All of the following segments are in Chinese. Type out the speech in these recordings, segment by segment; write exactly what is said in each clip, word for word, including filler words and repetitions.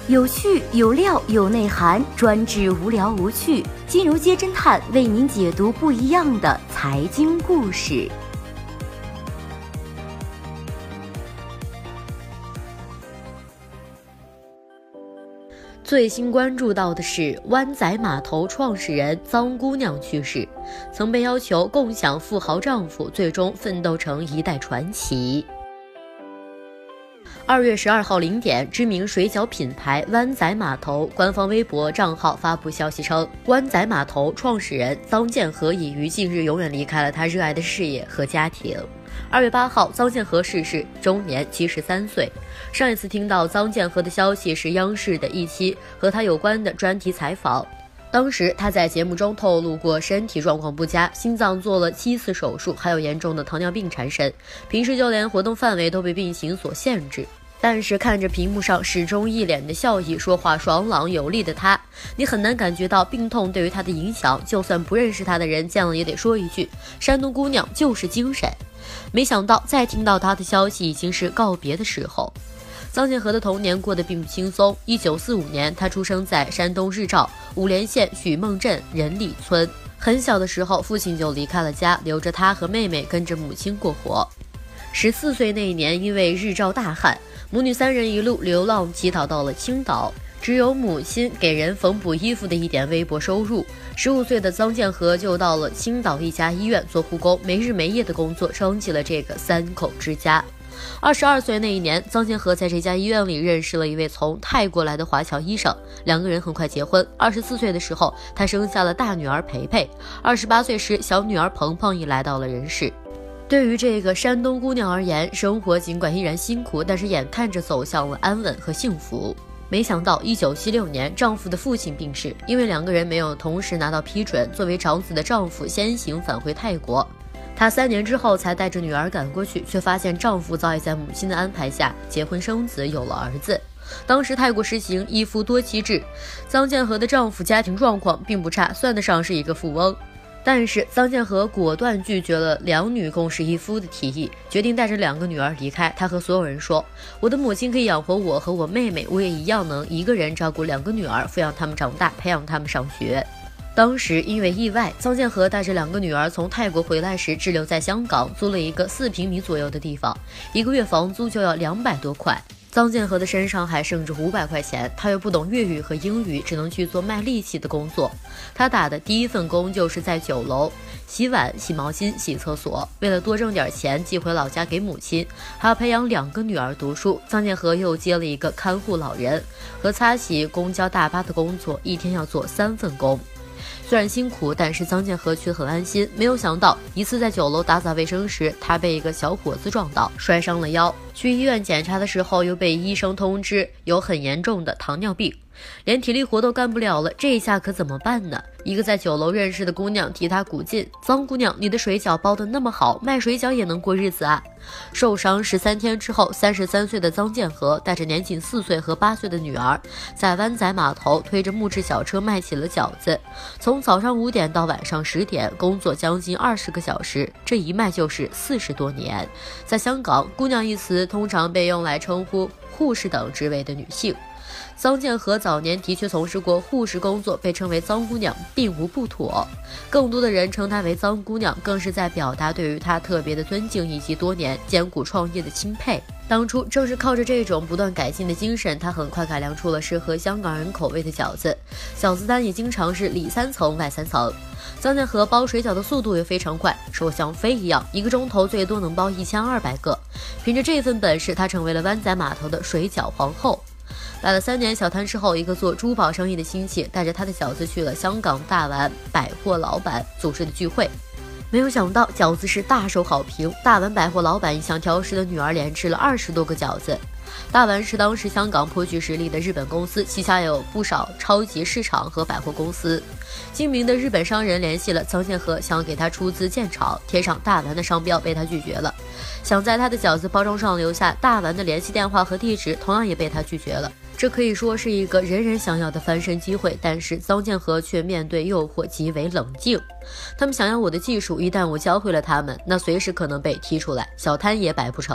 有趣有料有内涵，专治无聊无趣。金融街侦探为您解读不一样的财经故事。最新关注到的是湾仔码头创始人臧姑娘去世，曾被要求共享富豪丈夫，最终奋斗成一代传奇。二月十二号零点，知名水饺品牌湾仔码头官方微博账号发布消息称，湾仔码头创始人臧建和已于近日永远离开了他热爱的事业和家庭。二月八号，臧建和逝世，终年七十三岁。上一次听到臧建和的消息是央视的一期和他有关的专题采访。当时他在节目中透露过身体状况不佳，心脏做了七次手术，还有严重的糖尿病缠身，平时就连活动范围都被病情所限制。但是看着屏幕上始终一脸的笑意，说话爽朗有力的他，你很难感觉到病痛对于他的影响，就算不认识他的人见了也得说一句，山东姑娘就是精神。没想到再听到他的消息已经是告别的时候。臧建和的童年过得并不轻松。一九四五年，他出生在山东日照五莲县许孟镇仁里村。很小的时候，父亲就离开了家，留着他和妹妹跟着母亲过活。十四岁那一年，因为日照大旱，母女三人一路流浪乞讨到了青岛，只有母亲给人缝补衣服的一点微薄收入。十五岁的臧建和就到了青岛一家医院做护工，没日没夜的工作，撑起了这个三口之家。二十二岁那一年，臧建和在这家医院里认识了一位从泰国来的华侨医生，两个人很快结婚。二十四岁的时候，他生下了大女儿培培。二十八岁时，小女儿鹏鹏也来到了人世。对于这个山东姑娘而言，生活尽管依然辛苦，但是眼看着走向了安稳和幸福。没想到一九七六年，丈夫的父亲病逝，因为两个人没有同时拿到批准，作为长子的丈夫先行返回泰国。她三年之后才带着女儿赶过去，却发现丈夫早已在母亲的安排下结婚生子，有了儿子。当时泰国实行一夫多妻制，臧建和的丈夫家庭状况并不差，算得上是一个富翁。但是臧建和果断拒绝了两女共侍一夫的提议，决定带着两个女儿离开。他和所有人说，我的母亲可以养活我和我妹妹，我也一样能一个人照顾两个女儿，抚养她们长大，培养她们上学。当时因为意外，臧建和带着两个女儿从泰国回来时滞留在香港，租了一个四平米左右的地方，一个月房租就要两百多块。臧建和的身上还剩着五百块钱，他又不懂粤语和英语，只能去做卖力气的工作。他打的第一份工就是在酒楼洗碗、洗毛巾、洗厕所。为了多挣点钱寄回老家给母亲，还要培养两个女儿读书，臧建和又接了一个看护老人和擦洗公交大巴的工作，一天要做三份工。虽然辛苦，但是臧建和却很安心。没有想到，一次在酒楼打扫卫生时，他被一个小伙子撞倒，摔伤了腰。去医院检查的时候，又被医生通知有很严重的糖尿病，连体力活都干不了了。这一下可怎么办呢？一个在酒楼认识的姑娘替他鼓劲：“臧姑娘，你的水饺包得那么好，卖水饺也能过日子啊！”受伤十三天之后，三十三岁的臧建和带着年仅四岁和八岁的女儿，在湾仔码头推着木质小车卖起了饺子。从早上五点到晚上十点，工作将近二十个小时，这一卖就是四十多年。在香港，姑娘一词通常被用来称呼护士等职位的女性。臧建和早年的确从事过护士工作，被称为臧姑娘并无不妥，更多的人称她为臧姑娘，更是在表达对于她特别的尊敬以及多年艰苦创业的钦佩。当初正是靠着这种不断改进的精神，她很快改良出了适合香港人口味的饺子，饺子单也经常是里三层外三层。臧建和包水饺的速度也非常快，说像飞一样，一个钟头最多能包一千二百个。凭着这份本事，她成为了湾仔码头的水饺皇后。摆了三年小摊之后，一个做珠宝生意的亲戚带着他的饺子去了香港大丸百货老板组织的聚会，没有想到饺子是大受好评。大丸百货老板一向挑食的女儿连吃了二十多个饺子。大丸是当时香港颇具实力的日本公司，旗下有不少超级市场和百货公司。精明的日本商人联系了臧建和，想给他出资建厂，贴上大丸的商标，被他拒绝了。想在他的饺子包装上留下大丸的联系电话和地址，同样也被他拒绝了。这可以说是一个人人想要的翻身机会，但是臧建和却面对诱惑极为冷静。他们想要我的技术，一旦我教会了他们，那随时可能被踢出来，小摊也摆不成了。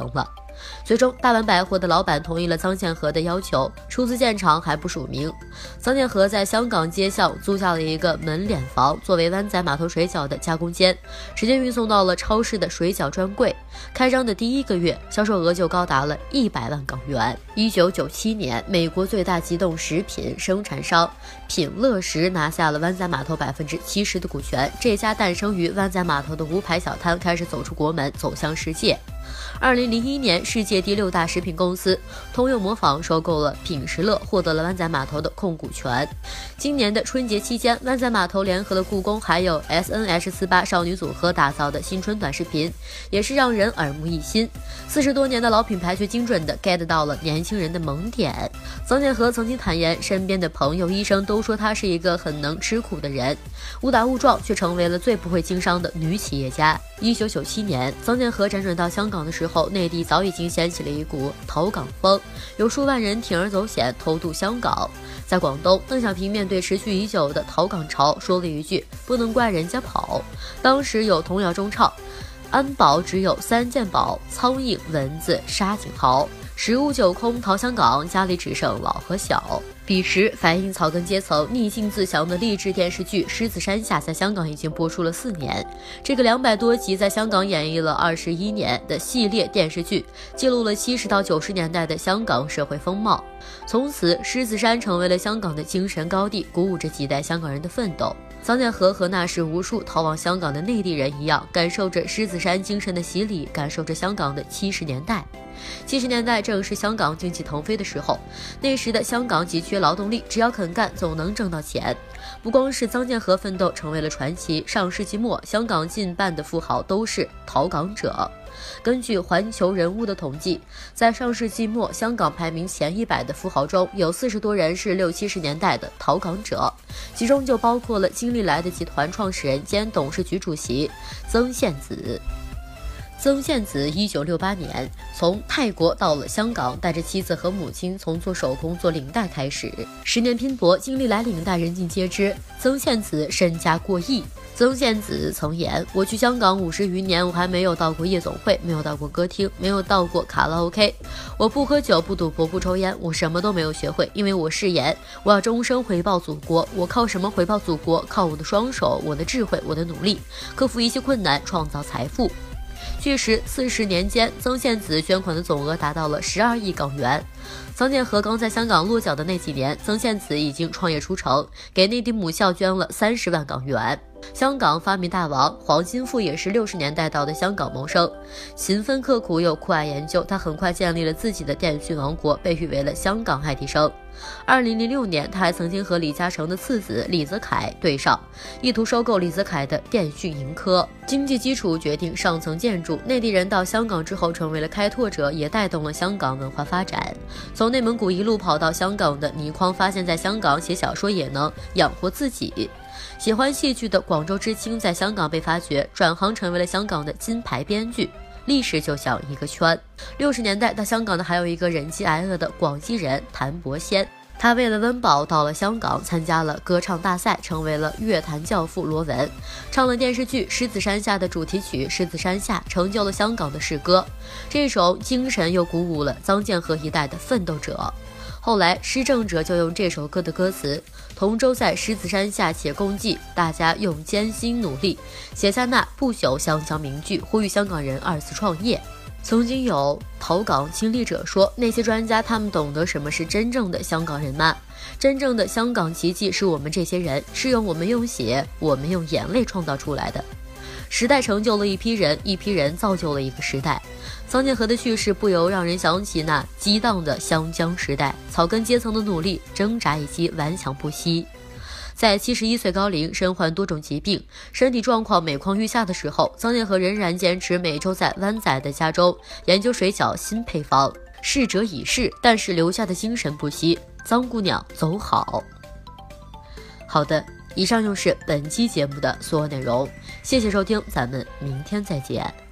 最终，大丸百货的老板同意了臧建和的要求，出资建厂还不署名。臧建和在香港街巷租下了一个门脸房，作为湾仔码头水饺的加工间，直接运送到了超市的水饺专柜。开张的第一个月，销售额就高达了一百万港元。一九九七年，美国最大急冻食品生产商品乐食拿下了湾仔码头百分之七十的股权。这家诞生于湾仔码头的无牌小摊开始走出国门，走向世界。二零零一年，世界第六大食品公司通用磨坊收购了品食乐，获得了湾仔码头的控股权。今年的春节期间，湾仔码头联合了故宫还有 S N H 四八少女组合打造的新春短视频，也是让人耳目一新。四十多年的老品牌却精准的 get 到了年轻人的萌点。臧建和曾经坦言，身边的朋友、医生都说他是一个很能吃苦的人，误打误撞却成为了最不会经商的女企业家。一九九七年，臧建和辗转到香港的时候，内地早已经掀起了一股逃港风，有数万人铤而走险偷渡香港。在广东，邓小平面对持续已久的逃港潮，说了一句：“不能怪人家跑。”当时有童谣中唱：“安保只有三件宝，苍蝇、蚊子、沙井豪。十屋九空逃香港，家里只剩老和小。”彼时，反映草根阶层逆境自强的励志电视剧《狮子山下》在香港已经播出了四年。这个两百多集在香港演绎了二十一年的系列电视剧，记录了七十到九十年代的香港社会风貌。从此，狮子山成为了香港的精神高地，鼓舞着几代香港人的奋斗。臧建和和那时无数逃往香港的内地人一样，感受着狮子山精神的洗礼，感受着香港的七十年代。七十年代正是香港经济腾飞的时候，那时的香港急缺劳动力，只要肯干，总能挣到钱。不光是臧建和奋斗成为了传奇，上世纪末，香港近半的富豪都是逃港者。根据环球人物的统计，在上世纪末，香港排名前一百的富豪中，有四十多人是六七十年代的逃港者，其中就包括了金利来的集团创始人兼董事局主席曾宪梓。曾宪梓一九六八年从泰国到了香港，带着妻子和母亲从做手工做领带开始，十年拼搏，金利来领带人尽皆知。曾宪梓身家过亿。曾宪梓曾言：“我去香港五十余年，我还没有到过夜总会，没有到过歌厅，没有到过卡拉 OK。我不喝酒，不赌博，不抽烟，我什么都没有学会，因为我誓言，我要终生回报祖国。我靠什么回报祖国？靠我的双手，我的智慧，我的努力，克服一切困难，创造财富。”去时四十年间，曾宪梓捐款的总额达到了十二亿港元。臧建和刚在香港落脚的那几年，曾宪梓已经创业出城，给内地母校捐了三十万港元。香港发明大王黄金富也是六十年代到的香港谋生，勤奋刻苦又酷爱研究，他很快建立了自己的电讯王国，被誉为了香港爱迪生。二零零六年，他还曾经和李嘉诚的次子李泽楷对上，意图收购李泽楷的电讯盈科。经济基础决定上层建筑，内地人到香港之后成为了开拓者，也带动了香港文化发展。从内蒙古一路跑到香港的倪匡，发现在香港写小说也能养活自己。喜欢戏剧的广州知青在香港被发掘，转行成为了香港的金牌编剧。历史就像一个圈。六十年代到香港的还有一个忍饥挨饿的广西人谭伯仙，他为了温饱到了香港，参加了歌唱大赛，成为了乐坛教父罗文，唱了电视剧《狮子山下》的主题曲《狮子山下》，成就了香港的诗歌。这首精神又鼓舞了臧建和一代的奋斗者。后来施政者就用这首歌的歌词：同舟在狮子山下且共济，大家用艰辛努力，写下那不朽香江名句，呼吁香港人二次创业。曾经有逃港亲历者说，那些专家他们懂得什么是真正的香港人吗？真正的香港奇迹是我们这些人，是用我们用血，我们用眼泪创造出来的。时代成就了一批人，一批人造就了一个时代。臧建和的去世不由让人想起那激荡的湘江时代，草根阶层的努力、挣扎以及顽强不息。在七十一岁高龄，身患多种疾病，身体状况每况愈下的时候，臧建和仍然坚持每周在湾仔的家中研究水饺新配方。逝者已逝，但是留下的精神不息。臧姑娘走好。好的，以上就是本期节目的所有内容，谢谢收听，咱们明天再见。